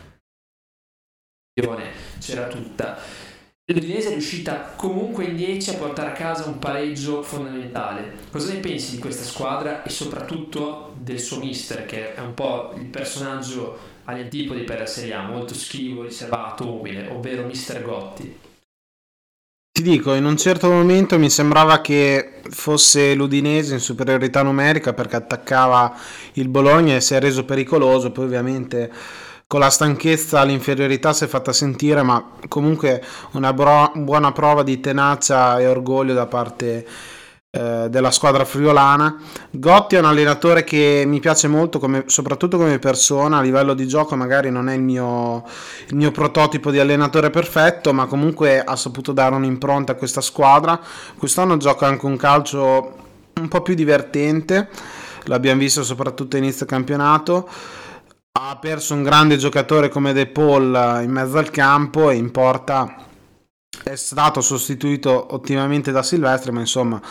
c'era tutta. L'Udinese è riuscita comunque in 10 a portare a casa un pareggio fondamentale. Cosa ne pensi di questa squadra e soprattutto del suo mister, che è un po' il personaggio agli antipodi per la Serie A, molto schivo, riservato, umile, ovvero Mister Gotti? Ti dico, in un certo momento mi sembrava che fosse l'Udinese in superiorità numerica perché attaccava il Bologna e si è reso pericoloso, poi ovviamente con la stanchezza l'inferiorità si è fatta sentire, ma comunque una buona prova di tenacia e orgoglio da parte della squadra friulana. Gotti è un allenatore che mi piace molto, soprattutto come persona. A livello di gioco magari non è il mio prototipo di allenatore perfetto, ma comunque ha saputo dare un'impronta a questa squadra. Quest'anno gioca anche un calcio un po' più divertente, l'abbiamo visto soprattutto a inizio campionato. ha perso un grande giocatore come De Paul in mezzo al campo, e in porta è stato sostituito ottimamente da Silvestri, ma insomma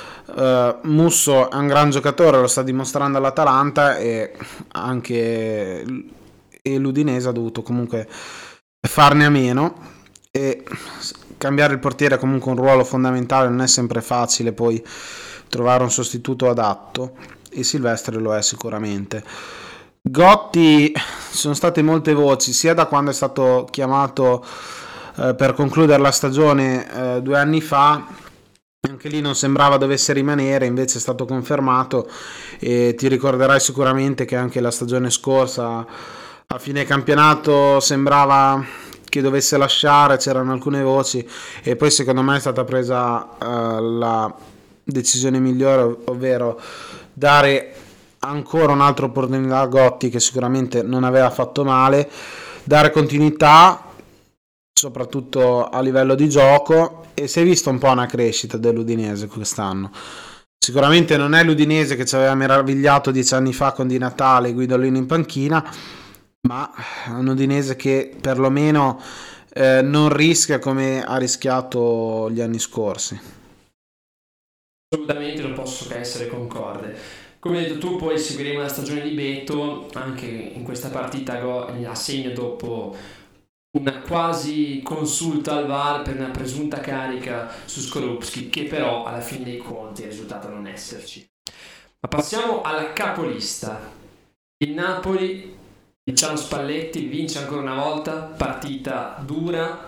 Musso è un gran giocatore, lo sta dimostrando all'Atalanta, e anche l'Udinese ha dovuto comunque farne a meno, e cambiare il portiere è comunque un ruolo fondamentale, non è sempre facile poi trovare un sostituto adatto, e Silvestri lo è sicuramente. Gotti, ci sono state molte voci sia da quando è stato chiamato per concludere la stagione 2 anni fa, anche lì non sembrava dovesse rimanere, invece è stato confermato, e ti ricorderai sicuramente che anche la stagione scorsa a fine campionato sembrava che dovesse lasciare, c'erano alcune voci, e poi secondo me è stata presa la decisione migliore, ovvero dare ancora un'altra opportunità a Gotti, che sicuramente non aveva fatto male, dare continuità soprattutto a livello di gioco, e si è visto un po' una crescita dell'Udinese quest'anno. Sicuramente non è l'Udinese che ci aveva meravigliato 10 anni fa con Di Natale e Guidolino in panchina, ma è un Udinese che perlomeno non rischia come ha rischiato gli anni scorsi. Assolutamente, non posso che essere concorde. Come hai detto tu, poi seguiremo la stagione di Beto anche in questa partita a segno dopo una quasi consulta al VAR per una presunta carica su Skorupski, che però alla fine dei conti è risultato non esserci. Ma passiamo alla capolista. Il Napoli di Luciano Spalletti vince ancora una volta, partita dura,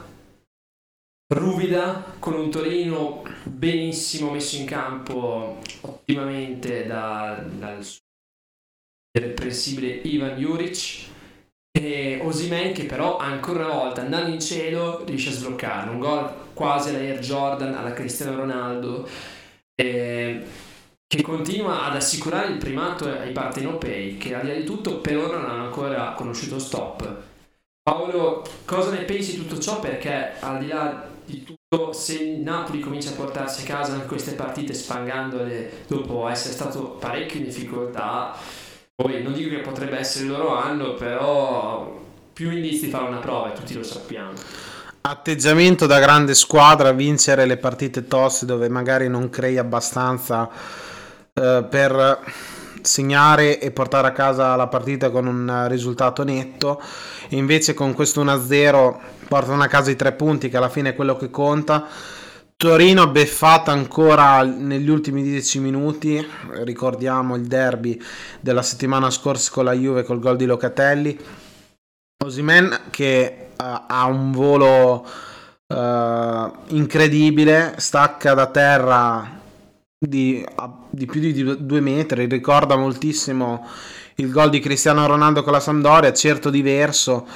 ruvida, con un Torino benissimo messo in campo ottimamente dal irreprensibile Ivan Juric, e Osimhen che però ancora una volta, andando in cielo, riesce a sbloccare un gol quasi alla Air Jordan, alla Cristiano Ronaldo, che continua ad assicurare il primato ai partenopei, che al di là di tutto per ora non hanno ancora conosciuto stop. Paolo, cosa ne pensi di tutto ciò? Perché al di là di tutto, se il Napoli comincia a portarsi a casa anche queste partite spangandole dopo essere stato parecchio in difficoltà, poi non dico che potrebbe essere il loro anno, però più indizi di fare una prova, e tutti lo sappiamo. Atteggiamento da grande squadra, vincere le partite toste dove magari non crei abbastanza per segnare e portare a casa la partita con un risultato netto, e invece con questo 1-0 portano a casa i 3 punti, che alla fine è quello che conta. Torino beffata ancora negli ultimi 10 minuti, ricordiamo il derby della settimana scorsa con la Juve col gol di Locatelli. Osimhen che ha un volo incredibile, stacca da terra di più di 2 metri, ricorda moltissimo il gol di Cristiano Ronaldo con la Sampdoria, certo diverso,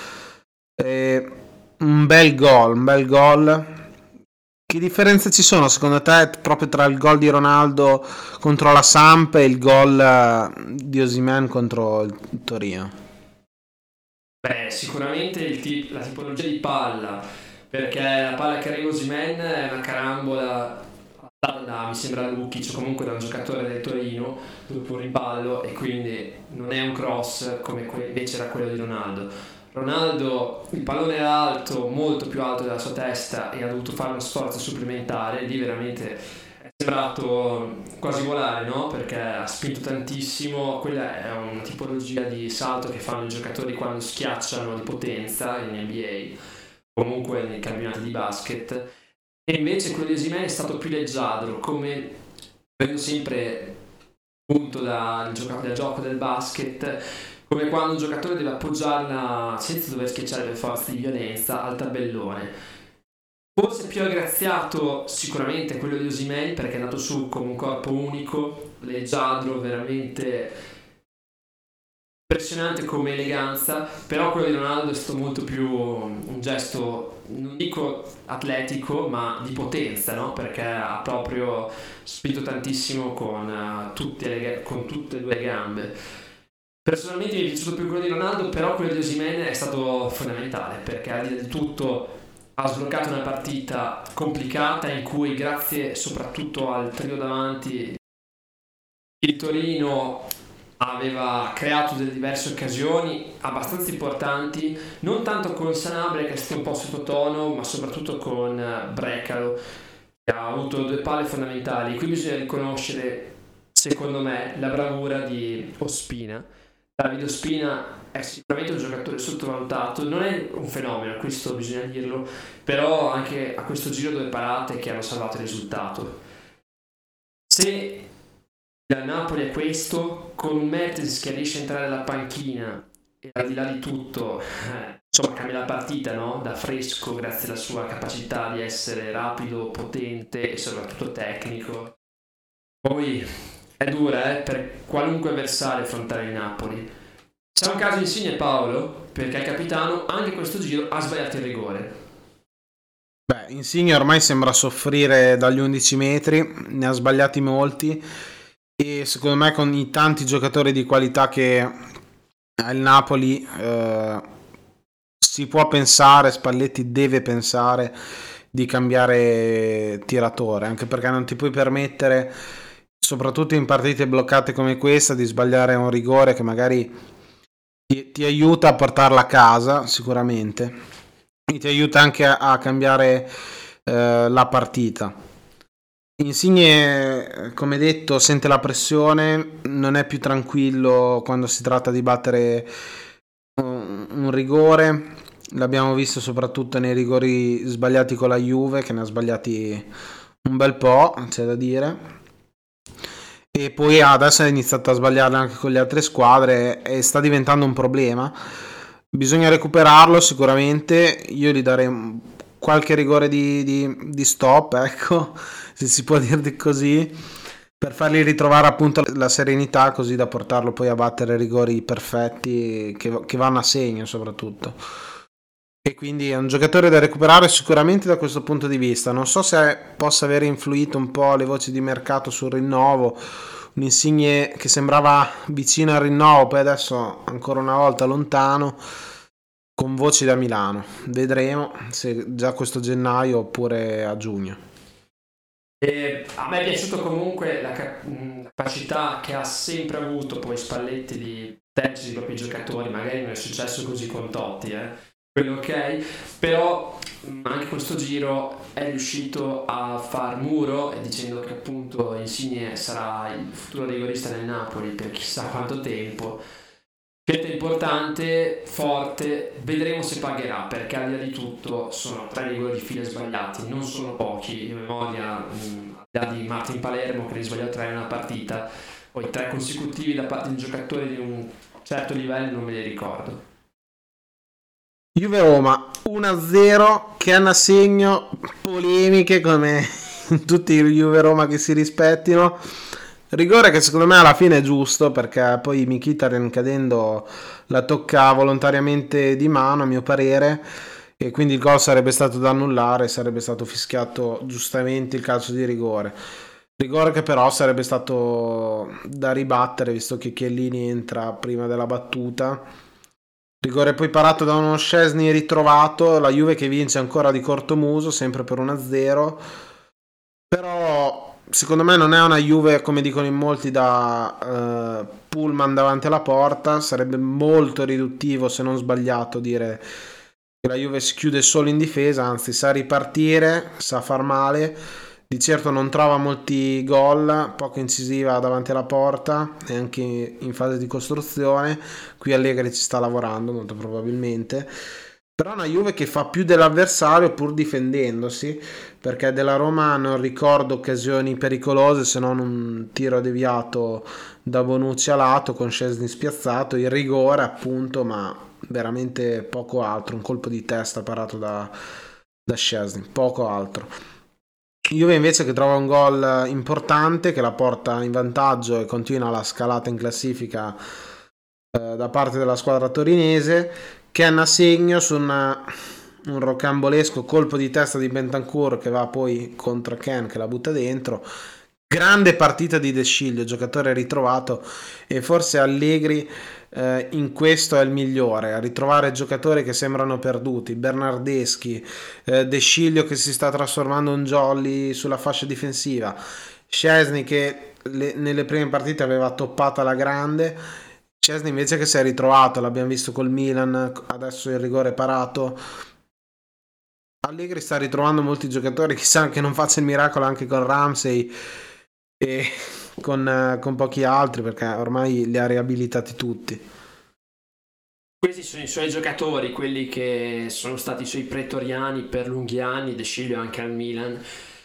un bel gol. Che differenze ci sono secondo te proprio tra il gol di Ronaldo contro la Samp e il gol di Osimhen contro il Torino? Beh, sicuramente la tipologia di palla, perché la palla che arriva Osimhen è una carambola mi sembra Lukic, comunque da un giocatore del Torino dopo un rimpallo, e quindi non è un cross come invece era quello di Ronaldo. Ronaldo, il pallone era alto, molto più alto della sua testa, e ha dovuto fare uno sforzo supplementare. Lì veramente è sembrato quasi volare, no? Perché ha spinto tantissimo. Quella è una tipologia di salto che fanno i giocatori quando schiacciano di potenza in NBA, comunque nei campionati di basket. E invece quello di Osimhen è stato più leggiadro, come prendo sempre punto dal gioco del basket, come quando un giocatore deve appoggiarla senza dover schiacciare per forza di violenza al tabellone. Forse più aggraziato sicuramente quello di Osimhen, perché è andato su come un corpo unico, leggiadro, veramente impressionante come eleganza, però quello di Ronaldo è stato molto più un gesto, non dico atletico, ma di potenza, no? Perché ha proprio spinto tantissimo con tutte e 2 le gambe. Personalmente mi è piaciuto più quello di Ronaldo, però quello di Osimhen è stato fondamentale, perché al di là di tutto ha sbloccato una partita complicata in cui, grazie soprattutto al trio davanti, il Torino aveva creato delle diverse occasioni abbastanza importanti, non tanto con Sanabria che è stato un po' sottotono, ma soprattutto con Brecalo, che ha avuto 2 palle fondamentali. Qui bisogna riconoscere, secondo me, la bravura di Ospina. Davide Ospina è sicuramente un giocatore sottovalutato, non è un fenomeno, questo bisogna dirlo, però anche a questo giro 2 parate che hanno salvato il risultato. Se il Napoli è questo, con un Mertens che riesce a entrare alla panchina e al di là di tutto, insomma, cambia la partita, no? Da fresco, grazie alla sua capacità di essere rapido, potente e soprattutto tecnico. Poi è dura per qualunque avversario affrontare il Napoli. C'è un caso Insigne, Paolo, perché il capitano anche questo giro ha sbagliato il rigore. Beh, Insigne ormai sembra soffrire dagli 11 metri, ne ha sbagliati molti e secondo me con i tanti giocatori di qualità che ha il Napoli si può pensare, Spalletti deve pensare di cambiare tiratore, anche perché non ti puoi permettere, soprattutto in partite bloccate come questa, di sbagliare un rigore che magari ti aiuta a portarla a casa sicuramente e ti aiuta anche a cambiare la partita. Insigne, come detto, sente la pressione, non è più tranquillo quando si tratta di battere un rigore. L'abbiamo visto soprattutto nei rigori sbagliati con la Juve, che ne ha sbagliati un bel po', c'è da dire. E poi adesso ha iniziato a sbagliarle anche con le altre squadre e sta diventando un problema. Bisogna recuperarlo sicuramente. Io gli darei qualche rigore di stop, ecco, se si può dire così, per fargli ritrovare appunto la serenità, così da portarlo poi a battere rigori perfetti che vanno a segno soprattutto. E quindi è un giocatore da recuperare sicuramente da questo punto di vista. Non so se possa aver influito un po' le voci di mercato sul rinnovo, un Insigne che sembrava vicino al rinnovo, poi adesso ancora una volta lontano, con voci da Milano. Vedremo se già questo gennaio oppure a giugno. A me è piaciuto comunque la capacità che ha sempre avuto poi Spalletti di proteggere i propri giocatori. Magari non è successo così con Totti, quello ok, però anche questo giro è riuscito a far muro, dicendo che appunto Insigne sarà il futuro rigorista del Napoli per chissà quanto tempo. Scelta importante, forte, vedremo se pagherà, perché al di là di tutto sono 3 rigori di fila sbagliati, non sono pochi, in memoria al di là di Martin Palermo che ne sbagliò 3 in una partita, poi 3 consecutivi da parte di un giocatore di un certo livello non me li ricordo. Juve-Roma 1-0, che hanno a segno polemiche come in tutti i Juve-Roma che si rispettino. Rigore che secondo me alla fine è giusto, perché poi Mkhitaryan cadendo la tocca volontariamente di mano a mio parere, e quindi il gol sarebbe stato da annullare, sarebbe stato fischiato giustamente il calcio di rigore che però sarebbe stato da ribattere, visto che Chiellini entra prima della battuta. Rigore poi parato da uno Szczesny ritrovato, la Juve che vince ancora di cortomuso, sempre per 1-0, però secondo me non è una Juve, come dicono in molti, da pullman davanti alla porta. Sarebbe molto riduttivo, se non sbagliato, dire che la Juve si chiude solo in difesa, anzi sa ripartire, sa far male. Di certo non trova molti gol, poco incisiva davanti alla porta e anche in fase di costruzione. Qui Allegri ci sta lavorando molto probabilmente, però è una Juve che fa più dell'avversario pur difendendosi, perché della Roma non ricordo occasioni pericolose se non un tiro deviato da Bonucci a lato con Szczesny spiazzato, il rigore appunto, ma veramente poco altro, un colpo di testa parato da Szczesny, poco altro. Juve invece che trova un gol importante che la porta in vantaggio e continua la scalata in classifica da parte della squadra torinese. Ken a segno su un rocambolesco colpo di testa di Bentancur che va poi contro Ken che la butta dentro. Grande partita di De Sciglio, giocatore ritrovato, e forse Allegri in questo è il migliore, a ritrovare giocatori che sembrano perduti. Bernardeschi, De Sciglio che si sta trasformando in jolly sulla fascia difensiva, Szczęsny che nelle prime partite aveva toppato alla grande, Szczęsny invece che si è ritrovato, l'abbiamo visto col Milan, adesso il rigore parato. Allegri sta ritrovando molti giocatori, chissà che non faccia il miracolo anche con Ramsey e con pochi altri, perché ormai li ha riabilitati tutti. Questi sono i suoi giocatori, quelli che sono stati i suoi pretoriani per lunghi anni, De Sciglio anche al Milan.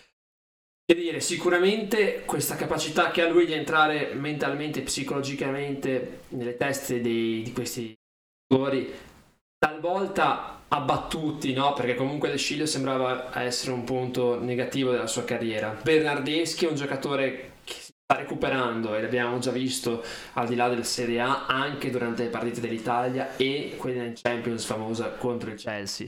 Che dire, sicuramente questa capacità che ha lui di entrare mentalmente e psicologicamente nelle teste di questi giocatori, talvolta abbattuti, no? Perché comunque De Sciglio sembrava essere un punto negativo della sua carriera. Bernardeschi è un giocatore che si sta recuperando e l'abbiamo già visto al di là della Serie A anche durante le partite dell'Italia e quella in Champions famosa contro il Chelsea.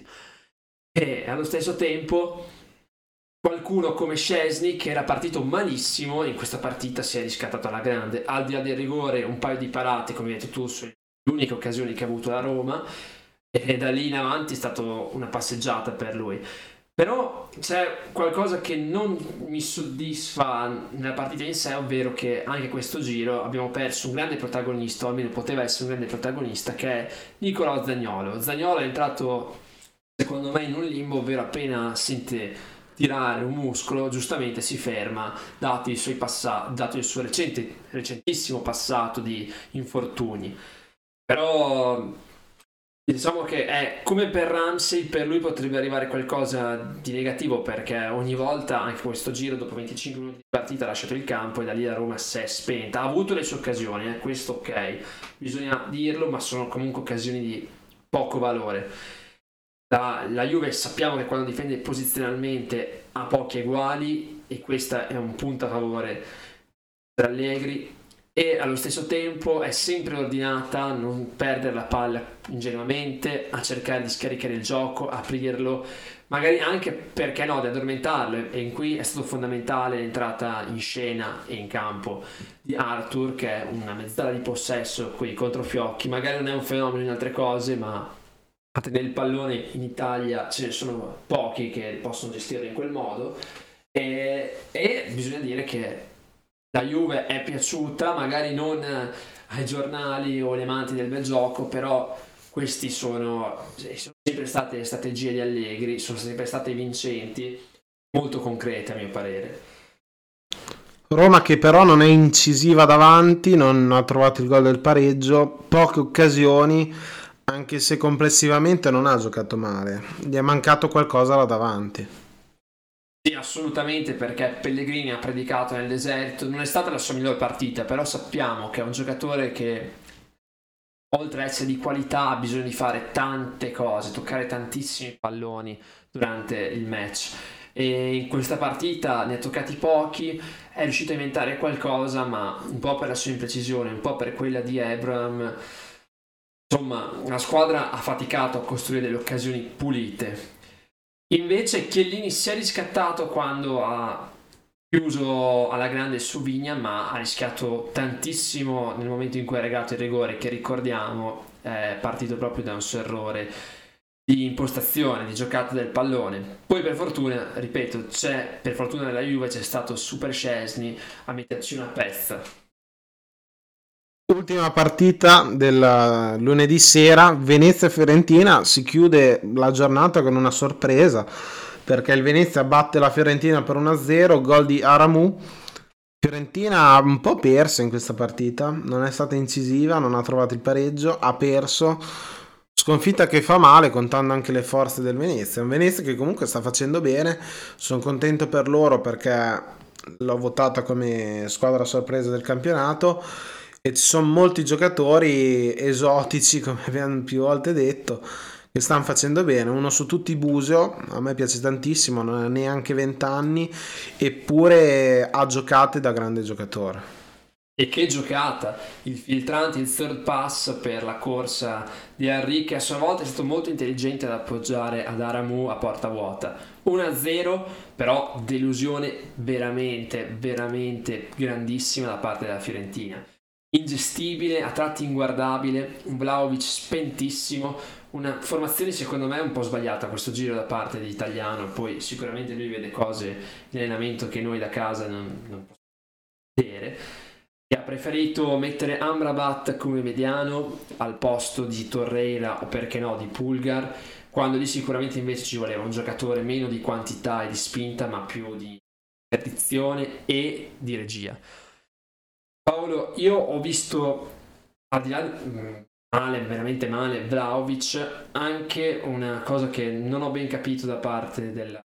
E allo stesso tempo qualcuno come Szczęsny, che era partito malissimo, in questa partita si è riscattato alla grande, al di là del rigore un paio di parate, come hai detto tu, sulle uniche occasioni che ha avuto la Roma, e da lì in avanti è stata una passeggiata per lui. Però c'è qualcosa che non mi soddisfa nella partita in sé, ovvero che anche questo giro abbiamo perso un grande protagonista, o almeno poteva essere un grande protagonista, che è Nicolò Zaniolo. Zaniolo è entrato secondo me in un limbo, ovvero appena sente tirare un muscolo giustamente si ferma, dato il suo recentissimo passato di infortuni. Però diciamo che è come per Ramsey, per lui potrebbe arrivare qualcosa di negativo, perché ogni volta, anche questo giro, dopo 25 minuti di partita ha lasciato il campo e da lì la Roma si è spenta. Ha avuto le sue occasioni, questo ok, bisogna dirlo, ma sono comunque occasioni di poco valore. La Juve sappiamo che quando difende posizionalmente ha pochi eguali e questo è un punto a favore per Allegri, e allo stesso tempo è sempre ordinata a non perdere la palla ingenuamente, a cercare di scaricare il gioco, aprirlo, magari anche, perché no, di addormentarlo, e in cui è stato fondamentale l'entrata in scena e in campo di Arthur, che è una mezzala di possesso con i controfiocchi, magari non è un fenomeno in altre cose, ma a tenere il pallone in Italia ce ne sono pochi che possono gestirlo in quel modo, e bisogna dire che la Juve è piaciuta, magari non ai giornali o agli amanti del bel gioco, però questi sono sempre state le strategie di Allegri, sono sempre state vincenti, molto concrete a mio parere. Roma che però non è incisiva davanti, non ha trovato il gol del pareggio, poche occasioni, anche se complessivamente non ha giocato male, gli è mancato qualcosa là davanti. Sì, assolutamente, perché Pellegrini ha predicato nel deserto, non è stata la sua miglior partita, però sappiamo che è un giocatore che oltre ad essere di qualità ha bisogno di fare tante cose, toccare tantissimi palloni durante il match, e in questa partita ne ha toccati pochi, è riuscito a inventare qualcosa, ma un po' per la sua imprecisione, un po' per quella di Abraham. Insomma, la squadra ha faticato a costruire delle occasioni pulite. Invece Chiellini si è riscattato quando ha chiuso alla grande su Vigna, ma ha rischiato tantissimo nel momento in cui ha regalato il rigore, che ricordiamo è partito proprio da un suo errore di impostazione, di giocata del pallone. Poi per fortuna, ripeto, per fortuna della Juve c'è stato Super Szczęsny a metterci una pezza. Ultima partita del lunedì sera, Venezia-Fiorentina, si chiude la giornata con una sorpresa, perché il Venezia batte la Fiorentina per 1-0, gol di Aramu. Fiorentina ha un po' perso in questa partita, non è stata incisiva, non ha trovato il pareggio, ha perso, sconfitta che fa male contando anche le forze del Venezia. Un Venezia che comunque sta facendo bene, sono contento per loro perché l'ho votata come squadra sorpresa del campionato. E ci sono molti giocatori esotici, come abbiamo più volte detto, che stanno facendo bene. Uno su tutti, Busio, a me piace tantissimo, non ha neanche 20 anni, eppure ha giocate da grande giocatore. E che giocata! Il filtrante, il third pass per la corsa di Henry, che a sua volta è stato molto intelligente ad appoggiare ad Aramu a porta vuota. 1-0, però delusione veramente, veramente grandissima da parte della Fiorentina. Ingestibile, a tratti inguardabile, un Vlahovic spentissimo, una formazione secondo me un po' sbagliata questo giro da parte dell'italiano. Poi sicuramente lui vede cose in allenamento che noi da casa non possiamo che ha preferito mettere Amrabat come mediano al posto di Torreira o perché no di Pulgar, quando lì sicuramente invece ci voleva un giocatore meno di quantità e di spinta ma più di tradizione e di regia. Paolo, io ho visto, al di là male, veramente male, Vlahovic, anche una cosa che non ho ben capito da parte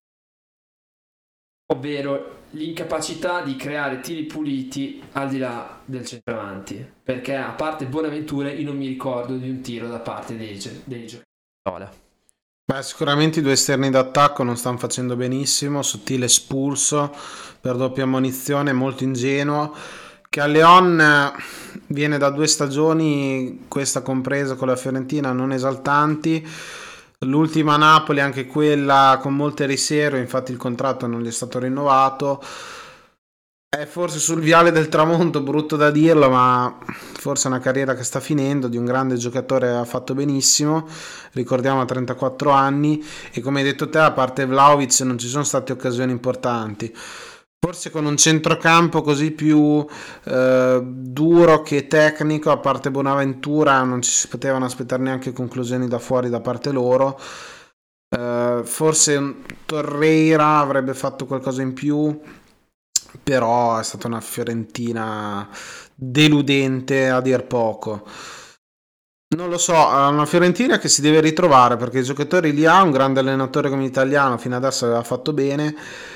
ovvero l'incapacità di creare tiri puliti al di là del centravanti, perché a parte Bonaventura io non mi ricordo di un tiro da parte dei giocatori. Beh, sicuramente i due esterni d'attacco non stanno facendo benissimo. Sottile espulso per doppia ammonizione, molto ingenuo. Callejon viene da 2 stagioni, questa compresa con la Fiorentina, non esaltanti. L'ultima a Napoli, anche quella con molte riserve, infatti il contratto non gli è stato rinnovato. È forse sul viale del tramonto, brutto da dirlo, ma forse è una carriera che sta finendo. Di un grande giocatore ha fatto benissimo, ricordiamo a 34 anni, e come hai detto te, a parte Vlahovic non ci sono state occasioni importanti. Forse con un centrocampo così più duro che tecnico, a parte Bonaventura, non ci si potevano aspettare neanche conclusioni da fuori da parte loro. Forse Torreira avrebbe fatto qualcosa in più, però è stata una Fiorentina deludente a dir poco. Non lo so, è una Fiorentina che si deve ritrovare, perché i giocatori li ha, un grande allenatore come l'italiano fino adesso aveva fatto bene,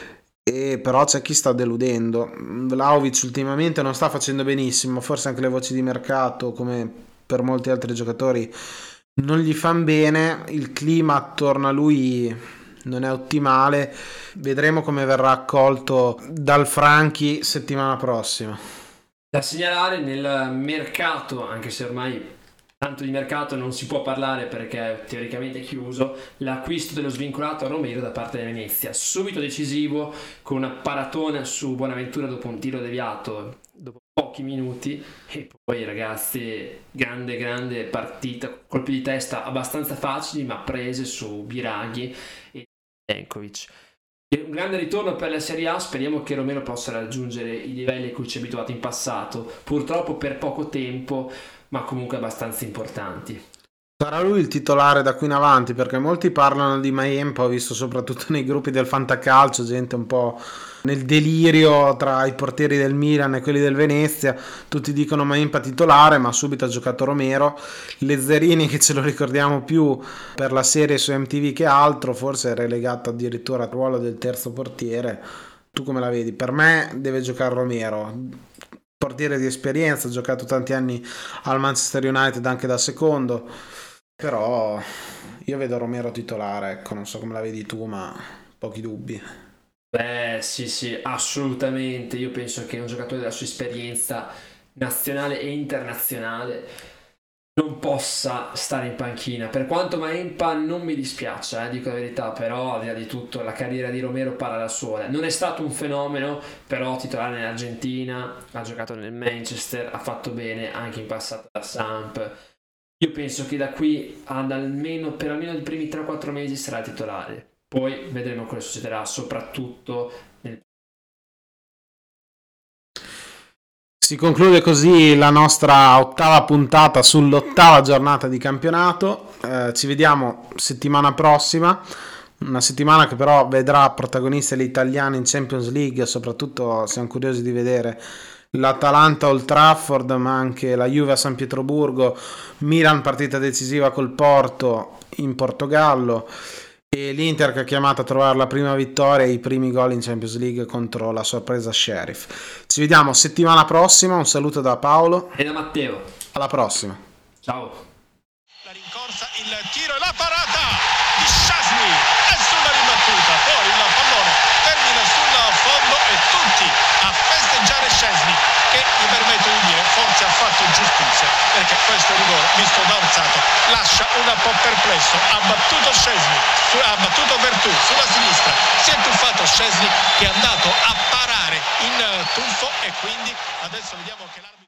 e però c'è chi sta deludendo. Vlahovic ultimamente non sta facendo benissimo, forse anche le voci di mercato, come per molti altri giocatori, non gli fanno bene. Il clima attorno a lui non è ottimale, vedremo come verrà accolto dal Franchi settimana prossima. Da segnalare nel mercato, anche se ormai tanto di mercato non si può parlare perché è teoricamente chiuso, l'acquisto dello svincolato Romero da parte della Venezia, subito decisivo con una paratona su Bonaventura dopo un tiro deviato dopo pochi minuti, e poi ragazzi, grande partita, colpi di testa abbastanza facili ma prese su Biraghi e Denkovic. Un grande ritorno per la Serie A, speriamo che Romero possa raggiungere i livelli a cui ci è abituato in passato, purtroppo per poco tempo, ma comunque abbastanza importanti. Sarà lui il titolare da qui in avanti, perché molti parlano di Maempa, ho visto soprattutto nei gruppi del Fantacalcio gente un po' nel delirio tra i portieri del Milan e quelli del Venezia, tutti dicono Maempa titolare, ma subito ha giocato Romero. Lezzerini, che ce lo ricordiamo più per la serie su MTV che altro, forse è relegato addirittura al ruolo del terzo portiere. Tu come la vedi? Per me deve giocare Romero, portiere di esperienza, ha giocato tanti anni al Manchester United anche da secondo, però io vedo Romero titolare, ecco, non so come la vedi tu, ma pochi dubbi. Beh, sì, assolutamente. Io penso che un giocatore della sua esperienza nazionale e internazionale non possa stare in panchina. Per quanto Maempa non mi dispiace, dico la verità, però al di là di tutto la carriera di Romero parla da sola. Non è stato un fenomeno, però titolare in Argentina, ha giocato nel Manchester, ha fatto bene anche in passato da Samp. Io penso che da qui ad almeno i primi 3-4 mesi sarà titolare. Poi vedremo cosa succederà, soprattutto nel... Si conclude così la nostra 8ª puntata sull'8ª giornata di campionato. Ci vediamo settimana prossima, una settimana che però vedrà protagonisti gli italiani in Champions League, soprattutto siamo curiosi di vedere l'Atalanta Old Trafford, ma anche la Juve a San Pietroburgo, Milan partita decisiva col Porto in Portogallo, e l'Inter che è chiamata a trovare la prima vittoria e i primi gol in Champions League contro la sorpresa Sheriff. Ci vediamo settimana prossima, un saluto da Paolo e da Matteo. Alla prossima. Ciao. La rincorsa, il tiro e la parata di Szczęsny è sulla ribattuta, poi il pallone termina sul fondo e tutti a festeggiare Szczęsny, che mi permetto di dire forse ha fatto giustizia, perché questo rigore visto da Orsato lascia un po' perplesso. Ha battuto Szczęsny, ha battuto Vertù sulla sinistra, si è tuffato Szczęsny che è andato a parare in tuffo, e quindi adesso vediamo che l'arbitro